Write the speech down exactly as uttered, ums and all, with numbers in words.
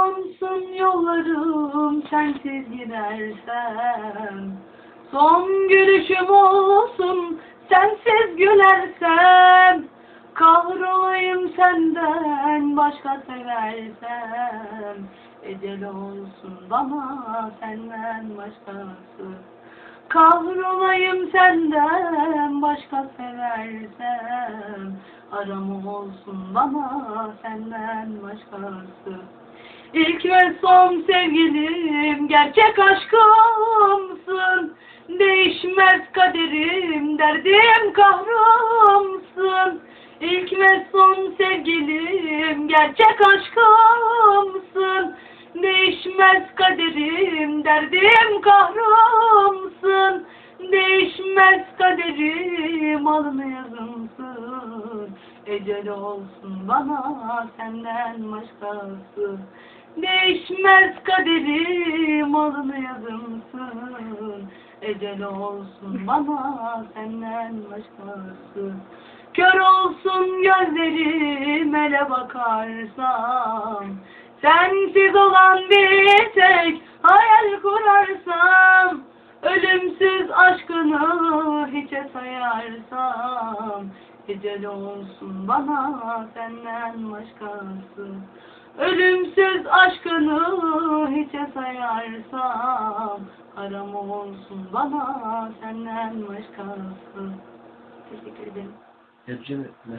kapansın yollarım sensiz gidersem. Son gülüşüm olsun sensiz gülersem. Kahrolayım senden başka seversem. Ecel olsun bana senden başkası. Kahrolayım senden başka seversem. Aram olsun bana senden başkası. İlk ve son sevgilim, gerçek aşkımsın. Değişmez kaderim, derdim kahrımsın. İlk ve son sevgilim, gerçek aşkımsın. Değişmez kaderim, derdim kahrımsın. Değişmez kaderim, alın yazımsın. Ecel olsun bana senden başkası. Değişmez kaderim, alın yazımsın. Ecel olsun bana senden başkası. Kör olsun gözlerim ele bakarsam. Sensiz olan bir tek hayal kurarsam. Ölümsüz aşkını hiçe sayarsam. Ecel olsun bana senden başkası. Ölümsüz aşkını hiçe sayarsam. Haram olsun bana senden başkası. Teşekkür ederim. Hepsini